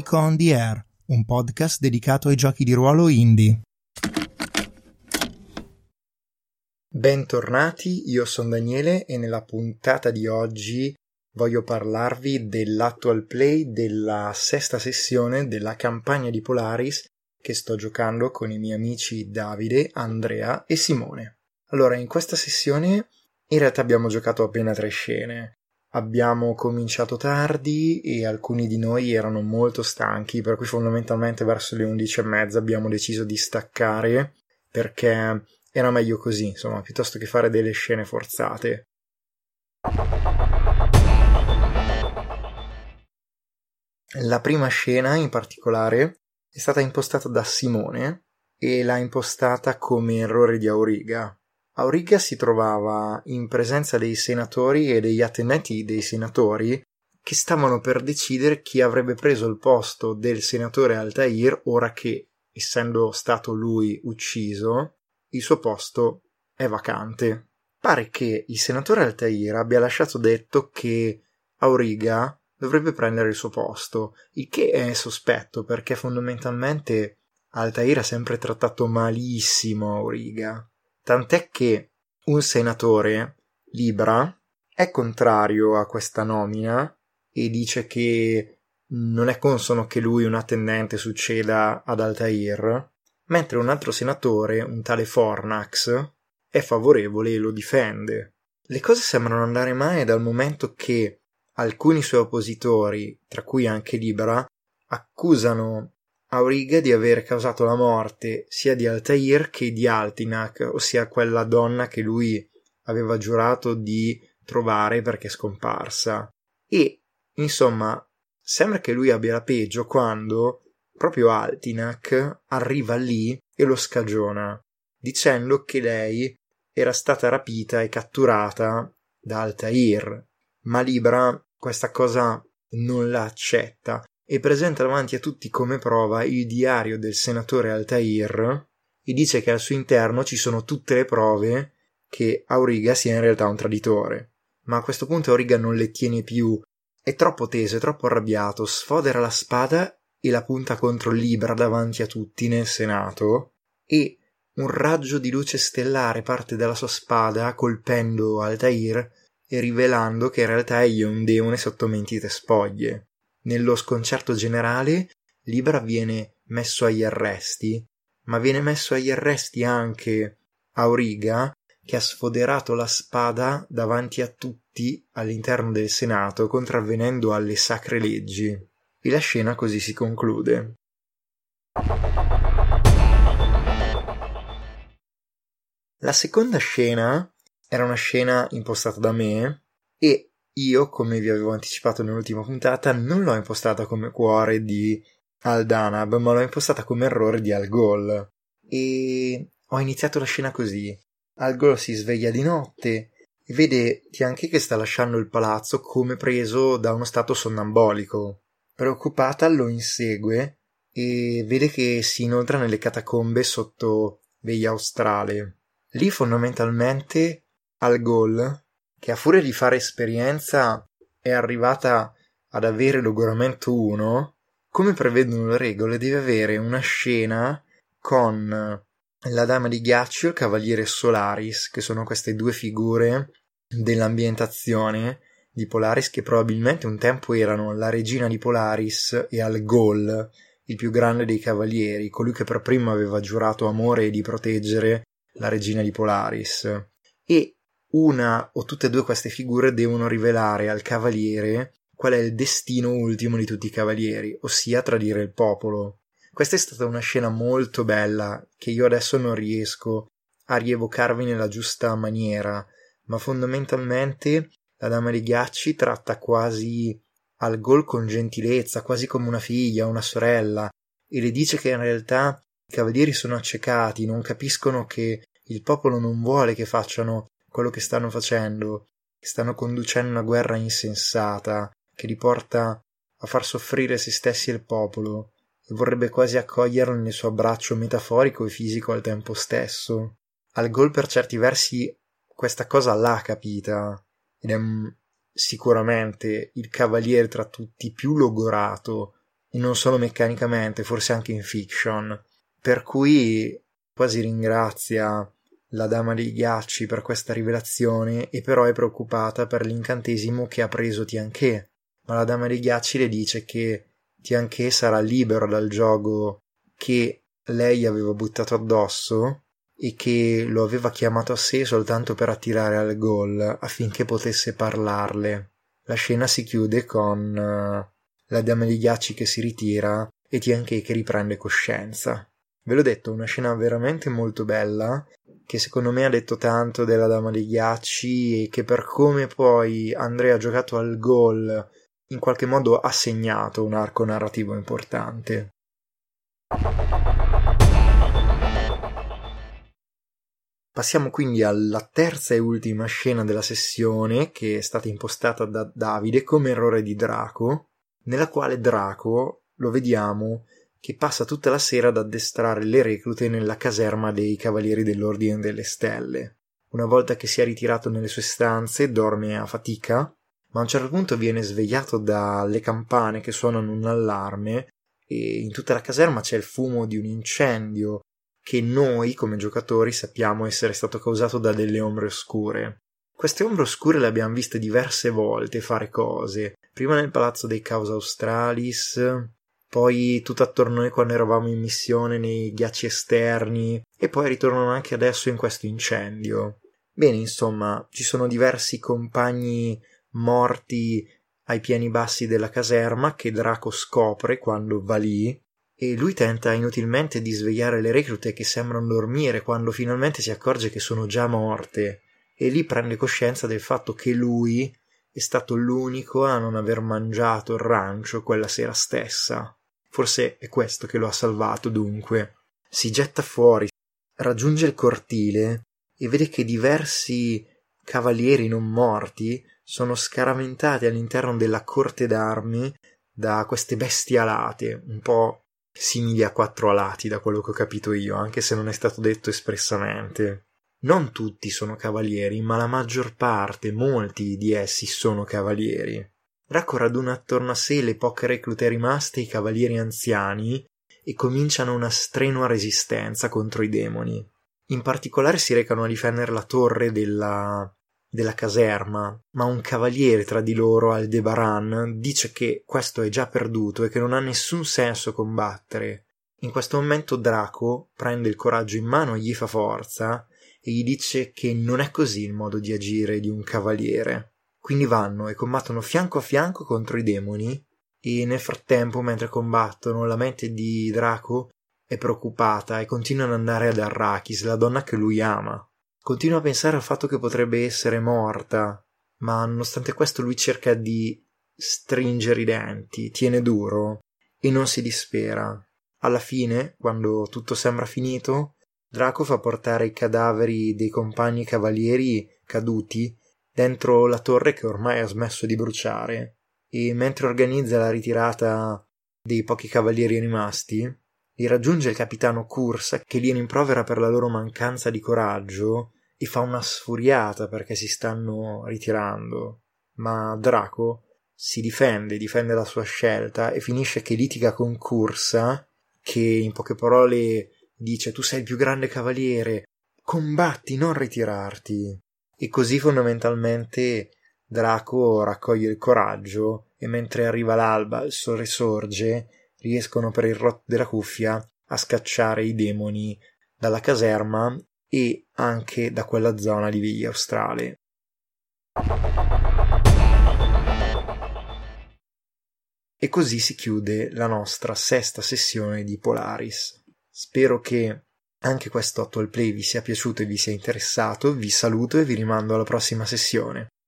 Nico on the Air, un podcast dedicato ai giochi di ruolo indie. Bentornati, io sono Daniele e nella puntata di oggi voglio parlarvi dell'actual play della sesta sessione della campagna di Polaris che sto giocando con i miei amici Davide, Andrea e Simone. Allora, in questa sessione in realtà abbiamo giocato appena 3 scene. Abbiamo cominciato tardi e alcuni di noi erano molto stanchi, per cui fondamentalmente verso le 11:30 abbiamo deciso di staccare perché era meglio così, insomma, piuttosto che fare delle scene forzate. La prima scena in particolare è stata impostata da Simone e l'ha impostata come errore di Auriga. Auriga si trovava in presenza dei senatori e degli attendenti dei senatori che stavano per decidere chi avrebbe preso il posto del senatore Altair ora che, essendo stato lui ucciso, il suo posto è vacante. Pare che il senatore Altair abbia lasciato detto che Auriga dovrebbe prendere il suo posto, il che è sospetto perché fondamentalmente Altair ha sempre trattato malissimo Auriga. Tant'è che un senatore, Libra, è contrario a questa nomina e dice che non è consono che lui, un attendente, succeda ad Altair, mentre un altro senatore, un tale Fornax, è favorevole e lo difende. Le cose sembrano andare male dal momento che alcuni suoi oppositori, tra cui anche Libra, accusano Auriga di aver causato la morte sia di Altair che di Altinac, ossia quella donna che lui aveva giurato di trovare perché è scomparsa. E, insomma, sembra che lui abbia la peggio quando proprio Altinac arriva lì e lo scagiona, dicendo che lei era stata rapita e catturata da Altair. Ma Libra questa cosa non la accetta e presenta davanti a tutti come prova il diario del senatore Altair e dice che al suo interno ci sono tutte le prove che Auriga sia in realtà un traditore. Ma a questo punto Auriga non le tiene più, è troppo teso, è troppo arrabbiato, sfodera la spada e la punta contro Libra davanti a tutti nel Senato e un raggio di luce stellare parte dalla sua spada colpendo Altair e rivelando che in realtà egli è un demone sotto mentite spoglie. Nello sconcerto generale, Libra viene messo agli arresti, ma viene messo agli arresti anche Auriga, che ha sfoderato la spada davanti a tutti all'interno del Senato, contravvenendo alle sacre leggi. E la scena così si conclude. La seconda scena era una scena impostata da me e io, come vi avevo anticipato nell'ultima puntata, non l'ho impostata come cuore di Aldanab, ma l'ho impostata come errore di Algol. E ho iniziato la scena così. Algol si sveglia di notte e vede Tianchi che sta lasciando il palazzo come preso da uno stato sonnambolico. Preoccupata lo insegue e vede che si inoltra nelle catacombe sotto Veglia Australe. Lì fondamentalmente Algol, che a furia di fare esperienza è arrivata ad avere logoramento 1, come prevedono le regole deve avere una scena con la Dama di Ghiaccio e il Cavaliere Solaris, che sono queste due figure dell'ambientazione di Polaris che probabilmente un tempo erano la regina di Polaris e Algol, il più grande dei cavalieri, colui che per primo aveva giurato amore e di proteggere la regina di Polaris. E una o tutte e due queste figure devono rivelare al cavaliere qual è il destino ultimo di tutti i cavalieri, ossia tradire il popolo. Questa è stata una scena molto bella che io adesso non riesco a rievocarvi nella giusta maniera, ma fondamentalmente la Dama dei Ghiacci tratta quasi Algol con gentilezza, quasi come una figlia, una sorella, e le dice che in realtà i cavalieri sono accecati, non capiscono che il popolo non vuole che facciano quello che stanno facendo, che stanno conducendo una guerra insensata, che li porta a far soffrire se stessi e il popolo, e vorrebbe quasi accoglierlo nel suo abbraccio metaforico e fisico al tempo stesso. Algol per certi versi questa cosa l'ha capita, ed è sicuramente il cavaliere tra tutti più logorato e non solo meccanicamente, forse anche in fiction, per cui quasi ringrazia la Dama dei Ghiacci per questa rivelazione e però è preoccupata per l'incantesimo che ha preso Tianché, ma la Dama dei Ghiacci le dice che Tianché sarà libero dal giogo che lei aveva buttato addosso e che lo aveva chiamato a sé soltanto per attirare al gol affinché potesse parlarle. La scena si chiude con la Dama dei Ghiacci che si ritira e Tianché che riprende coscienza. Ve l'ho detto, una scena veramente molto bella che secondo me ha detto tanto della Dama dei Ghiacci e che per come poi Andrea ha giocato al gol in qualche modo ha segnato un arco narrativo importante. Passiamo quindi alla terza e ultima scena della sessione, che è stata impostata da Davide come errore di Draco, nella quale Draco lo vediamo che passa tutta la sera ad addestrare le reclute nella caserma dei Cavalieri dell'Ordine delle Stelle. Una volta che si è ritirato nelle sue stanze, dorme a fatica, ma a un certo punto viene svegliato dalle campane che suonano un allarme e in tutta la caserma c'è il fumo di un incendio che noi come giocatori sappiamo essere stato causato da delle ombre oscure. Queste ombre oscure le abbiamo viste diverse volte fare cose, prima nel palazzo dei Causa Australis, poi tutto attorno a noi quando eravamo in missione nei ghiacci esterni e poi ritornano anche adesso in questo incendio. Bene, insomma, ci sono diversi compagni morti ai piani bassi della caserma che Draco scopre quando va lì e lui tenta inutilmente di svegliare le reclute che sembrano dormire quando finalmente si accorge che sono già morte e lì prende coscienza del fatto che lui è stato l'unico a non aver mangiato il rancio quella sera stessa. Forse è questo che lo ha salvato, dunque. Si getta fuori, raggiunge il cortile e vede che diversi cavalieri non morti sono scaramentati all'interno della corte d'armi da queste bestie alate, un po' simili a 4 alati da quello che ho capito io, anche se non è stato detto espressamente. Non tutti sono cavalieri, ma la maggior parte, molti di essi sono cavalieri. Draco raduna attorno a sé le poche reclute rimaste e i cavalieri anziani e cominciano una strenua resistenza contro i demoni. In particolare si recano a difendere la torre della caserma, ma un cavaliere tra di loro, Aldebaran, dice che questo è già perduto e che non ha nessun senso combattere. In questo momento Draco prende il coraggio in mano e gli fa forza e gli dice che non è così il modo di agire di un cavaliere. Quindi vanno e combattono fianco a fianco contro i demoni e nel frattempo, mentre combattono, la mente di Draco è preoccupata e continua ad andare ad Arrakis, la donna che lui ama. Continua a pensare al fatto che potrebbe essere morta, ma nonostante questo lui cerca di stringere i denti, tiene duro e non si dispera. Alla fine, quando tutto sembra finito, Draco fa portare i cadaveri dei compagni cavalieri caduti dentro la torre che ormai ha smesso di bruciare e mentre organizza la ritirata dei pochi cavalieri rimasti li raggiunge il capitano Kursa che li rimprovera per la loro mancanza di coraggio e fa una sfuriata perché si stanno ritirando, ma Draco si difende la sua scelta e finisce che litiga con Kursa che in poche parole dice: tu sei il più grande cavaliere, combatti, non ritirarti. E così fondamentalmente Draco raccoglie il coraggio e mentre arriva l'alba, il sole sorge, riescono per il rotto della cuffia a scacciare i demoni dalla caserma e anche da quella zona di Viglia Australe. E così si chiude la nostra sesta sessione di Polaris. Spero che anche questo Actual Play vi sia piaciuto e vi sia interessato, vi saluto e vi rimando alla prossima sessione.